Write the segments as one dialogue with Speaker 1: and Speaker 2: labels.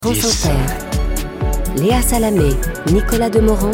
Speaker 1: France Inter. Léa Salamé, Nicolas Demorand,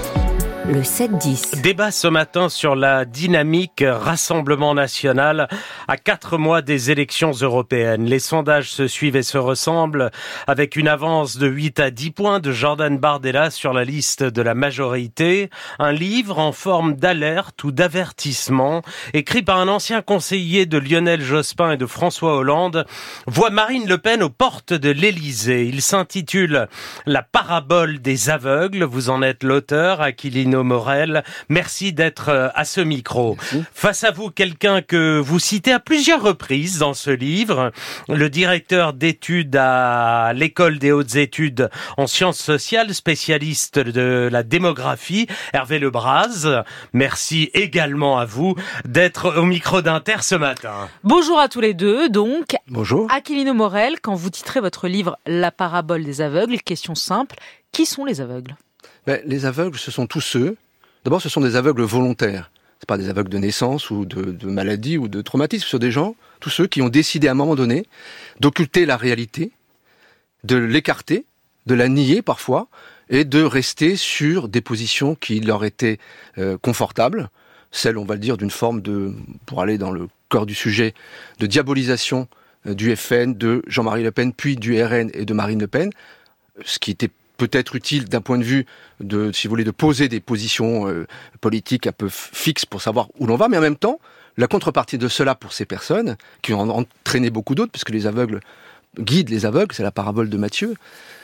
Speaker 1: le 7-10.
Speaker 2: Débat ce matin sur la dynamique Rassemblement national à 4 mois des élections européennes. Les sondages se suivent et se ressemblent avec une avance de 8 à 10 points de Jordan Bardella sur la liste de la majorité. Un livre en forme d'alerte ou d'avertissement écrit par un ancien conseiller de Lionel Jospin et de François Hollande voit Marine Le Pen aux portes de l'Élysée. Il s'intitule La parabole des aveugles. Vous en êtes l'auteur, Aquilino Morel. Merci d'être à ce micro. Merci. Face à vous, quelqu'un que vous citez à plusieurs reprises dans ce livre, le directeur d'études à l'École des hautes études en sciences sociales, spécialiste de la démographie, Hervé Lebras. Merci également à vous d'être au micro d'Inter ce matin.
Speaker 3: Bonjour à tous les deux, donc.
Speaker 4: Bonjour.
Speaker 3: Aquilino Morel, quand vous titrez votre livre La parabole des aveugles, question simple, qui sont les aveugles ?
Speaker 4: Les aveugles, ce sont tous ceux... D'abord, ce sont des aveugles volontaires. C'est pas des aveugles de naissance ou de maladie ou de traumatisme. Ce sont des gens, tous ceux qui ont décidé à un moment donné d'occulter la réalité, de l'écarter, de la nier parfois, et de rester sur des positions qui leur étaient confortables. Celle, on va le dire, d'une forme de, pour aller dans le cœur du sujet, de diabolisation du FN, de Jean-Marie Le Pen, puis du RN et de Marine Le Pen, ce qui était peut-être utile d'un point de vue de, si vous voulez, de poser des positions politiques un peu fixes pour savoir où l'on va, mais en même temps, la contrepartie de cela pour ces personnes, qui ont entraîné beaucoup d'autres, puisque les aveugles guident les aveugles, c'est la parabole de Matthieu,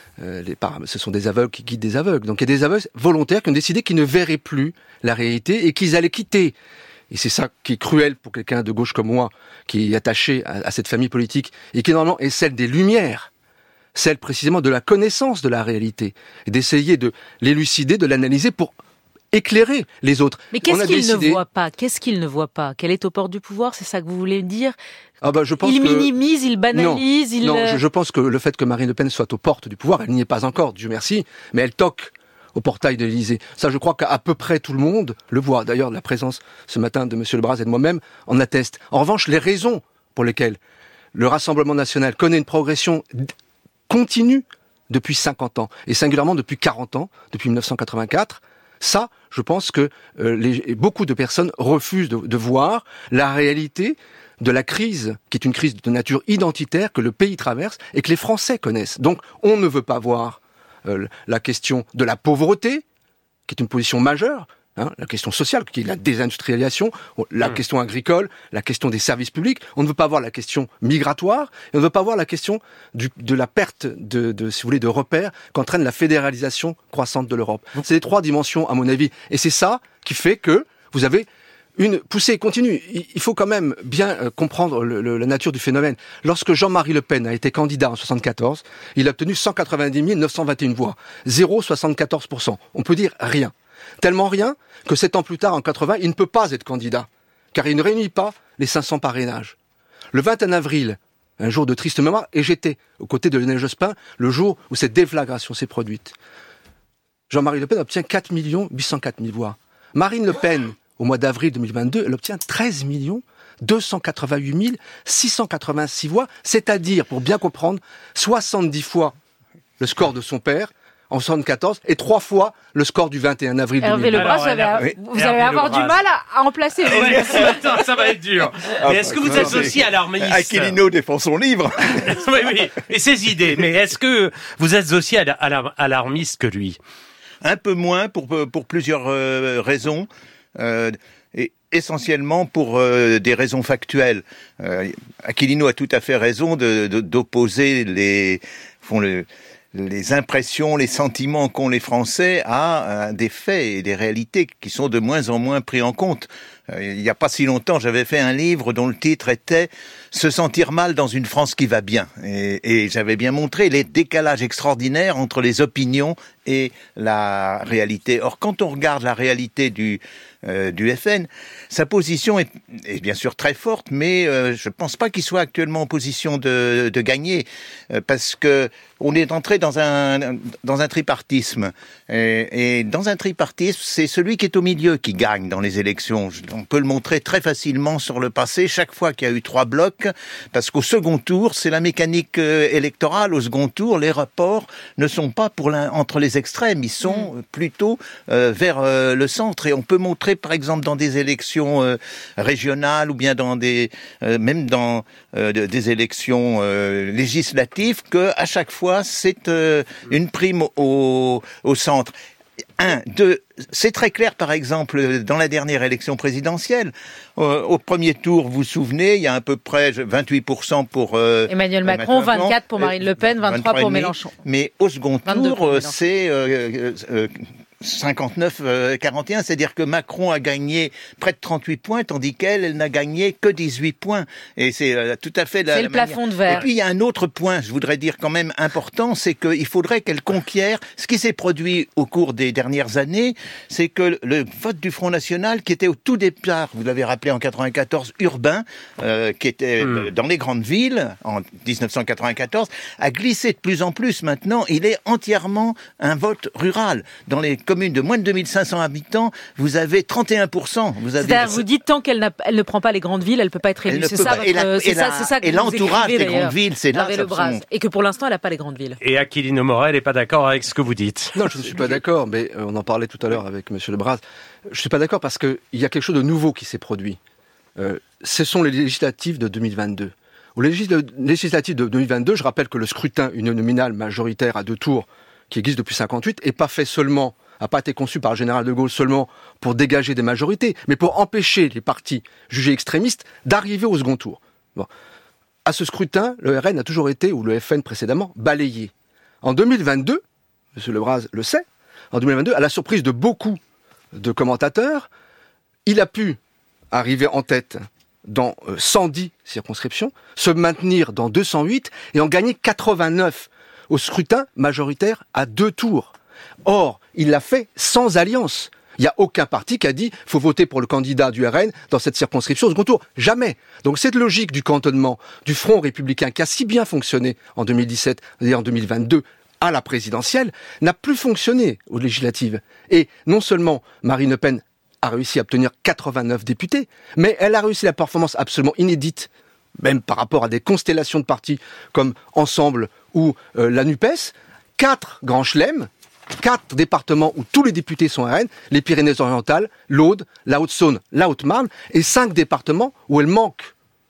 Speaker 4: ce sont des aveugles qui guident des aveugles. Donc il y a des aveugles volontaires qui ont décidé qu'ils ne verraient plus la réalité et qu'ils allaient quitter. Et c'est ça qui est cruel pour quelqu'un de gauche comme moi, qui est attaché à cette famille politique, et qui normalement est celle des Lumières, celle précisément de la connaissance de la réalité, et d'essayer de l'élucider, de l'analyser pour éclairer les autres.
Speaker 3: Mais qu'est-ce qu'il ne voit pas ? Qu'est-ce qu'il ne voit pas ? Qu'elle est aux portes du pouvoir, c'est ça que vous voulez dire ?
Speaker 4: Je pense
Speaker 3: il minimise, il banalise,
Speaker 4: je pense que le fait que Marine Le Pen soit aux portes du pouvoir, elle n'y est pas encore, Dieu merci, mais elle toque au portail de l'Élysée. Ça, je crois qu'à peu près tout le monde le voit. D'ailleurs, la présence ce matin de M. Lebras et de moi-même en atteste. En revanche, les raisons pour lesquelles le Rassemblement national connaît une progression continue depuis 50 ans, et singulièrement depuis 40 ans, depuis 1984, ça, je pense que beaucoup de personnes refusent de voir la réalité de la crise, qui est une crise de nature identitaire que le pays traverse et que les Français connaissent. Donc, on ne veut pas voir la question de la pauvreté, qui est une position majeure, la question sociale, qui est la désindustrialisation, la question agricole, la question des services publics. On ne veut pas voir la question migratoire, et on ne veut pas voir la question de la perte si vous voulez, de repères qu'entraîne la fédéralisation croissante de l'Europe. C'est les 3 dimensions, à mon avis. Et c'est ça qui fait que vous avez une poussée continue. Il faut quand même bien comprendre la nature du phénomène. Lorsque Jean-Marie Le Pen a été candidat en 1974, il a obtenu 190 921 voix, 0,74%. On peut dire rien. Tellement rien que 7 ans plus tard, en 80, il ne peut pas être candidat, car il ne réunit pas les 500 parrainages. Le 21 avril, un jour de triste mémoire, et j'étais aux côtés de Lionel Jospin le jour où cette déflagration s'est produite. Jean-Marie Le Pen obtient 4 804 000 voix. Marine Le Pen, au mois d'avril 2022, elle obtient 13 288 686 voix, c'est-à-dire, pour bien comprendre, 70 fois le score de son père, en 74, et 3 fois le score du 21 avril 2022.
Speaker 3: Hervé Lebras, vous allez avoir du mal à en placer.
Speaker 2: Ça va être dur. Mais est-ce que vous êtes aussi alarmiste ?
Speaker 5: Aquilino défend son livre.
Speaker 2: Oui, et ses idées. Mais est-ce que vous êtes aussi alarmiste que lui ?
Speaker 5: Un peu moins pour plusieurs raisons. Et essentiellement pour des raisons factuelles. Aquilino a tout à fait raison d'opposer les impressions, les sentiments qu'ont les Français à des faits et des réalités qui sont de moins en moins pris en compte. Il n'y a pas si longtemps, j'avais fait un livre dont le titre était « Se sentir mal dans une France qui va bien ». Et j'avais bien montré les décalages extraordinaires entre les opinions et la réalité. Or, quand on regarde la réalité du FN, sa position est bien sûr très forte, mais je ne pense pas qu'il soit actuellement en position de gagner, parce que on est entré dans un tripartisme, et dans un tripartisme, c'est celui qui est au milieu qui gagne dans les élections. on peut le montrer très facilement sur le passé, chaque fois qu'il y a eu 3 blocs, parce qu'au second tour, c'est la mécanique électorale, au second tour, les rapports ne sont pas entre les extrêmes, ils sont plutôt vers le centre, et on peut montrer par exemple dans des élections régionales ou bien dans des élections législatives que à chaque fois c'est une prime au centre. 1, 2, c'est très clair par exemple dans la dernière élection présidentielle. Au premier tour, vous vous souvenez, il y a à peu près 28% pour
Speaker 3: Emmanuel Macron, 24% pour Marine Le Pen, 23% pour Mélenchon.
Speaker 5: Mais au second tour, c'est 59-41, c'est-à-dire que Macron a gagné près de 38 points, tandis qu'elle n'a gagné que 18 points. Et c'est tout à fait
Speaker 3: c'est le plafond de verre.
Speaker 5: Et puis il y a un autre point, je voudrais dire quand même important, c'est qu'il faudrait qu'elle conquiert ce qui s'est produit au cours des dernières années, c'est que le vote du Front National, qui était au tout départ, vous l'avez rappelé en 94, urbain, qui était dans les grandes villes en 1994, a glissé de plus en plus. Maintenant, il est entièrement un vote rural. Dans les communes de moins de 2500 habitants, vous avez 31%.
Speaker 3: Vous dites tant qu'elle ne prend pas les grandes villes, elle ne peut pas être élue. C'est ça que
Speaker 5: et l'entourage des grandes villes, c'est là.
Speaker 3: Et que pour l'instant, elle n'a pas les grandes villes.
Speaker 2: Et Aquilino Morel n'est pas d'accord avec ce que vous dites.
Speaker 4: Non, je ne suis pas d'accord, mais on en parlait tout à l'heure avec Monsieur Lebras. Je ne suis pas d'accord parce qu'il y a quelque chose de nouveau qui s'est produit. Ce sont les législatives de 2022. Aux législatives de 2022, je rappelle que le scrutin uninominal majoritaire à 2 tours, qui existe depuis 58, n'a pas été conçu par le général de Gaulle seulement pour dégager des majorités, mais pour empêcher les partis jugés extrémistes d'arriver au second tour. Bon. À ce scrutin, le RN a toujours été, ou le FN précédemment, balayé. En 2022, M. Lebras le sait, en 2022, à la surprise de beaucoup de commentateurs, il a pu arriver en tête dans 110 circonscriptions, se maintenir dans 208 et en gagner 89 au scrutin majoritaire à 2 tours. Or, il l'a fait sans alliance. Il n'y a aucun parti qui a dit « faut voter pour le candidat du RN dans cette circonscription au second tour ». Jamais. Donc cette logique du cantonnement du Front républicain qui a si bien fonctionné en 2017 et en 2022 à la présidentielle n'a plus fonctionné aux législatives. Et non seulement Marine Le Pen a réussi à obtenir 89 députés, mais elle a réussi la performance absolument inédite, même par rapport à des constellations de partis comme Ensemble ou la NUPES, 4 grands chelems, 4 départements où tous les députés sont RN, les Pyrénées-Orientales, l'Aude, la Haute-Saône, la Haute-Marne, et 5 départements où elle manque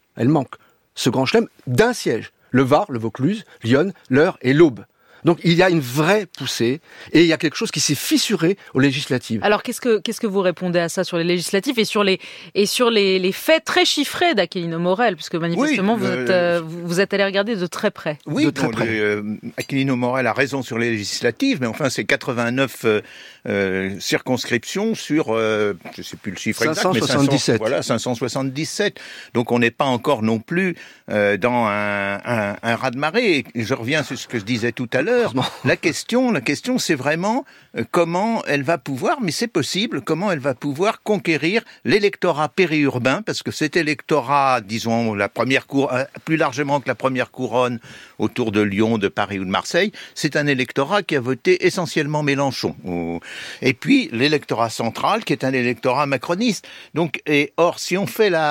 Speaker 4: ce grand chelem d'un siège. Le Var, le Vaucluse, Lyon, l'Eure et l'Aube. Donc il y a une vraie poussée et il y a quelque chose qui s'est fissuré aux législatives.
Speaker 3: Alors qu'est-ce que vous répondez à ça sur les législatives et sur les faits très chiffrés d'Aquilino Morel, puisque manifestement vous êtes allé regarder de très près.
Speaker 5: Oui,
Speaker 4: de très près.
Speaker 5: Aquilino Morel a raison sur les législatives, mais enfin c'est 89 circonscriptions sur je sais plus le chiffre exact,
Speaker 4: 577.
Speaker 5: Mais 577. Donc on n'est pas encore non plus dans un raz-de-marée. Je reviens sur ce que je disais tout à l'heure. La question, c'est vraiment comment elle va pouvoir, mais c'est possible, comment elle va pouvoir conquérir l'électorat périurbain, parce que cet électorat, disons, plus largement que la première couronne autour de Lyon, de Paris ou de Marseille, c'est un électorat qui a voté essentiellement Mélenchon. Et puis l'électorat central, qui est un électorat macroniste. Donc, or, si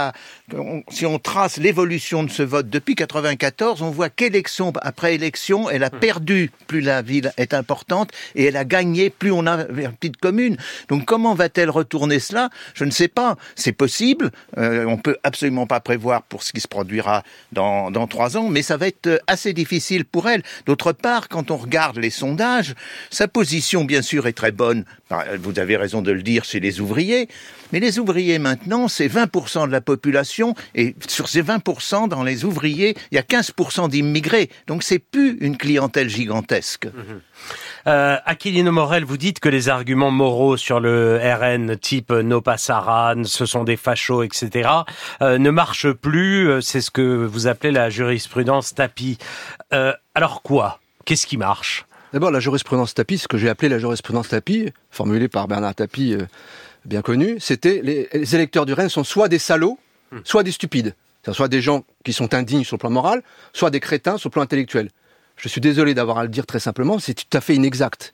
Speaker 5: on trace l'évolution de ce vote depuis 94, on voit qu'élection après élection, elle a perdu plus la ville est importante et elle a gagné plus on a une petite commune. Donc comment va-t-elle retourner cela ? Je ne sais pas. C'est possible. On peut absolument pas prévoir pour ce qui se produira dans 3 ans, mais ça va être assez difficile pour elle. D'autre part, quand on regarde les sondages, sa position bien sûr est très bonne. Vous avez raison de le dire chez les ouvriers. Mais les ouvriers maintenant, c'est 20% de la population, et sur ces 20%, dans les ouvriers, il y a 15% d'immigrés. Donc c'est plus une clientèle gigantesque.
Speaker 2: Aquilino Morel, vous dites que les arguments moraux sur le RN, type no passaran, ce sont des fachos, etc., ne marchent plus. C'est ce que vous appelez la jurisprudence tapis. Alors quoi ? Qu'est-ce qui marche ?
Speaker 4: D'abord, la jurisprudence tapis, ce que j'ai appelé la jurisprudence tapis, formulée par Bernard Tapie, bien connu, c'était les électeurs du RN sont soit des salauds, soit des stupides. C'est-à-dire soit des gens qui sont indignes sur le plan moral, soit des crétins sur le plan intellectuel. Je suis désolé d'avoir à le dire très simplement, c'est tout à fait inexact.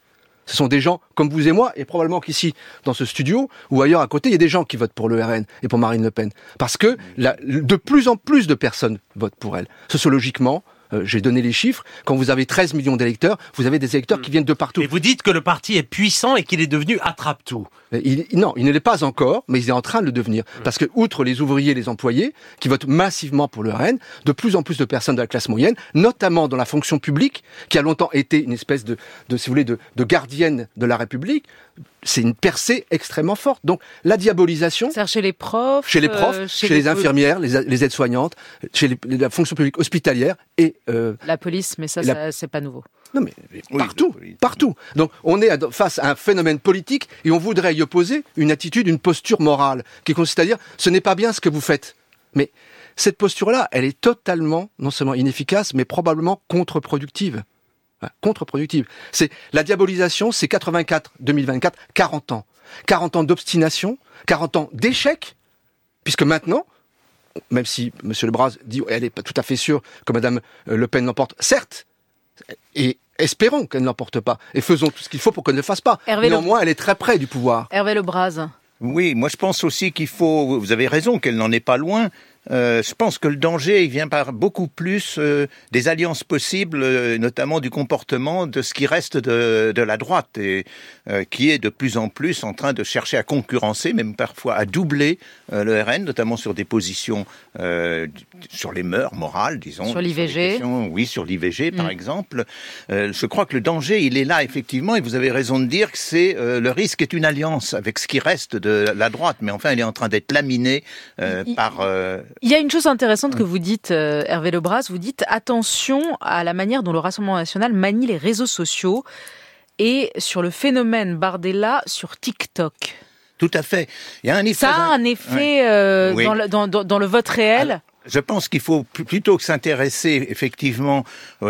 Speaker 4: Ce sont des gens comme vous et moi, et probablement qu'ici, dans ce studio, ou ailleurs à côté, il y a des gens qui votent pour le RN et pour Marine Le Pen. Parce que de plus en plus de personnes votent pour elle. Sociologiquement, j'ai donné les chiffres, quand vous avez 13 millions d'électeurs, vous avez des électeurs qui viennent de partout.
Speaker 2: Et vous dites que le parti est puissant et qu'il est devenu attrape-tout.
Speaker 4: Non, il ne l'est pas encore, mais il est en train de le devenir. Parce que, outre les ouvriers et les employés, qui votent massivement pour le RN, de plus en plus de personnes de la classe moyenne, notamment dans la fonction publique, qui a longtemps été une espèce de si vous voulez, de gardienne de la République, c'est une percée extrêmement forte. Donc, la diabolisation...
Speaker 3: C'est-à-dire chez les profs,
Speaker 4: chez les infirmières, les aides-soignantes, chez la fonction publique hospitalière et...
Speaker 3: la police, mais ça c'est pas nouveau.
Speaker 4: Non, mais partout. Donc, on est face à un phénomène politique et on voudrait y opposer une attitude, une posture morale, qui consiste à dire, ce n'est pas bien ce que vous faites. Mais cette posture-là, elle est totalement, non seulement inefficace, mais probablement contre-productive. Contre-productive. C'est la diabolisation, c'est 84-2024, 40 ans. 40 ans d'obstination, 40 ans d'échec, puisque maintenant, même si M. Lebras dit elle n'est pas tout à fait sûre que Mme Le Pen l'emporte, certes, et espérons qu'elle ne l'emporte pas, et faisons tout ce qu'il faut pour qu'elle ne le fasse pas. Néanmoins, elle est très près du pouvoir.
Speaker 3: Hervé Lebras.
Speaker 5: Oui, moi je pense aussi qu'il faut, vous avez raison, qu'elle n'en est pas loin. Je pense que le danger, il vient par beaucoup plus des alliances possibles, notamment du comportement de ce qui reste de la droite, et qui est de plus en plus en train de chercher à concurrencer, même parfois à doubler le RN, notamment sur des positions sur les mœurs morales, disons.
Speaker 3: Sur l'IVG.
Speaker 5: Sur l'IVG, par exemple. Je crois que le danger, il est là, effectivement, et vous avez raison de dire que le risque est une alliance avec ce qui reste de la droite, mais enfin, elle est en train d'être laminée par...
Speaker 3: Il y a une chose intéressante que vous dites, Hervé Lebras, vous dites attention à la manière dont le Rassemblement national manie les réseaux sociaux et sur le phénomène Bardella sur TikTok.
Speaker 5: Tout à fait. Il y a un effet.
Speaker 3: Ça a un effet dans le vote réel.
Speaker 5: Alors, je pense qu'il faut plutôt que s'intéresser effectivement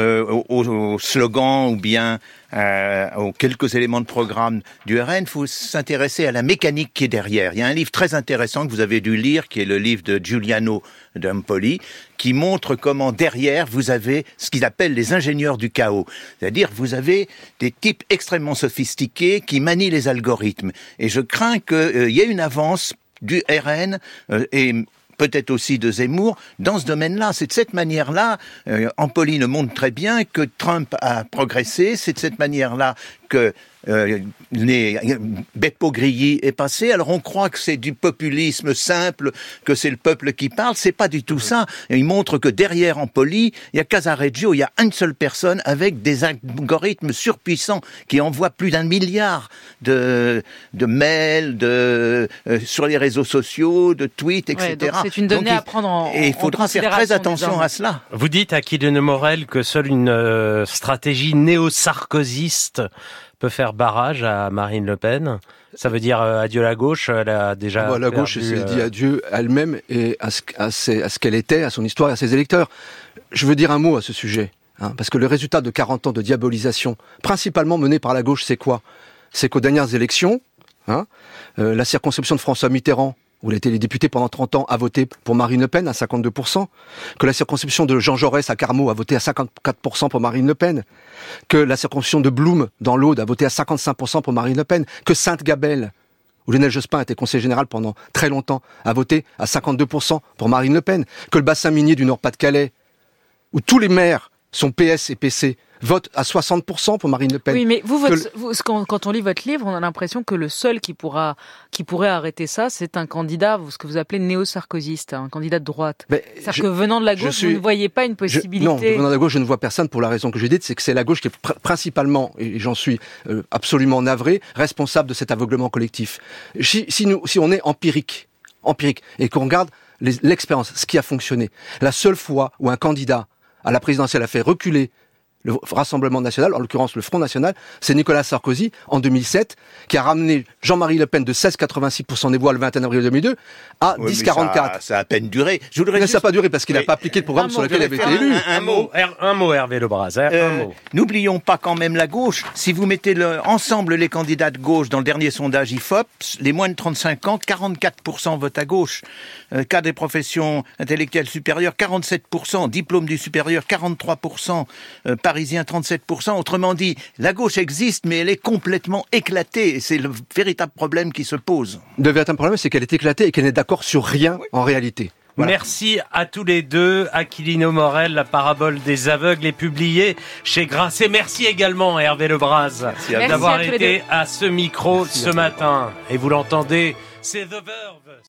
Speaker 5: aux slogans ou bien aux quelques éléments de programme du RN, il faut s'intéresser à la mécanique qui est derrière. Il y a un livre très intéressant que vous avez dû lire, qui est le livre de Giuliano d'Empoli, qui montre comment derrière vous avez ce qu'ils appellent les ingénieurs du chaos. C'est-à-dire vous avez des types extrêmement sophistiqués qui manient les algorithmes. Et je crains qu'il y ait une avance du RN et peut-être aussi de Zemmour, dans ce domaine-là. C'est de cette manière-là, Empoli le montre très bien, que Trump a progressé, c'est de cette manière-là que Beppo Grilli est passé. Alors on croit que c'est du populisme simple, que c'est le peuple qui parle, c'est pas du tout ça. Et il montre que derrière Empoli, il y a Casareggio, il y a une seule personne avec des algorithmes surpuissants qui envoient plus d'1 milliard de mails, sur les réseaux sociaux, de tweets, etc.
Speaker 3: Ouais, donc c'est une donnée à prendre en
Speaker 5: Et il faudra faire très attention à cela.
Speaker 2: Vous dites à Kylian Morel que seule une stratégie néo-sarkozyste peut faire barrage à Marine Le Pen. Ça veut dire adieu la gauche. Elle a déjà
Speaker 4: la gauche s'est dit adieu à elle-même et à ce qu'elle était, à son histoire et à ses électeurs. Je veux dire un mot à ce sujet, parce que le résultat de 40 ans de diabolisation, principalement menée par la gauche, c'est quoi ? C'est qu'aux dernières élections, la circonscription de François Mitterrand, où il a été député pendant 30 ans, a voté pour Marine Le Pen à 52%, que la circonscription de Jean Jaurès à Carmaux a voté à 54% pour Marine Le Pen, que la circonscription de Blum dans l'Aude a voté à 55% pour Marine Le Pen, que Sainte-Gabelle, où Lionel Jospin était conseiller général pendant très longtemps, a voté à 52% pour Marine Le Pen, que le bassin minier du Nord-Pas-de-Calais, où tous les maires sont PS et PC, vote à 60% pour Marine Le Pen.
Speaker 3: Oui, mais quand on lit votre livre, on a l'impression que le seul qui pourrait arrêter ça, c'est un candidat, ce que vous appelez néo-sarkozyste, un candidat de droite. C'est-à-dire que venant de la gauche, vous ne voyez pas une possibilité.
Speaker 4: Non, venant de la gauche, je ne vois personne pour la raison que j'ai dite, c'est que c'est la gauche qui est principalement, et j'en suis absolument navré, responsable de cet aveuglement collectif. Si on est empirique, et qu'on regarde l'expérience, ce qui a fonctionné, la seule fois où un candidat à la présidentielle a fait reculer le Rassemblement national, en l'occurrence le Front national, c'est Nicolas Sarkozy, en 2007, qui a ramené Jean-Marie Le Pen de 16,86% des voix le 21 avril 2002 à 10,44%.
Speaker 5: Ça a à peine duré.
Speaker 4: Mais ça n'a pas duré parce qu'il n'a pas appliqué le programme sur lequel il avait été élu.
Speaker 2: Un mot, Hervé Lebras. Un mot.
Speaker 5: N'oublions pas quand même la gauche. Si vous mettez ensemble les candidats de gauche dans le dernier sondage IFOP, les moins de 35 ans, 44% votent à gauche. Cas des professions intellectuelles supérieures, 47%. Diplôme du supérieur, 43%. Par Parisien 37%. Autrement dit, la gauche existe, mais elle est complètement éclatée. Et c'est le véritable problème qui se pose.
Speaker 4: Le véritable problème, c'est qu'elle est éclatée et qu'elle n'est d'accord sur rien en réalité.
Speaker 2: Voilà. Merci à tous les deux. Aquilino Morel, La parabole des aveugles est publiée chez Grasset. Merci également à Hervé Lebras d'avoir été à ce micro ce matin. Et vous l'entendez, c'est The Verve.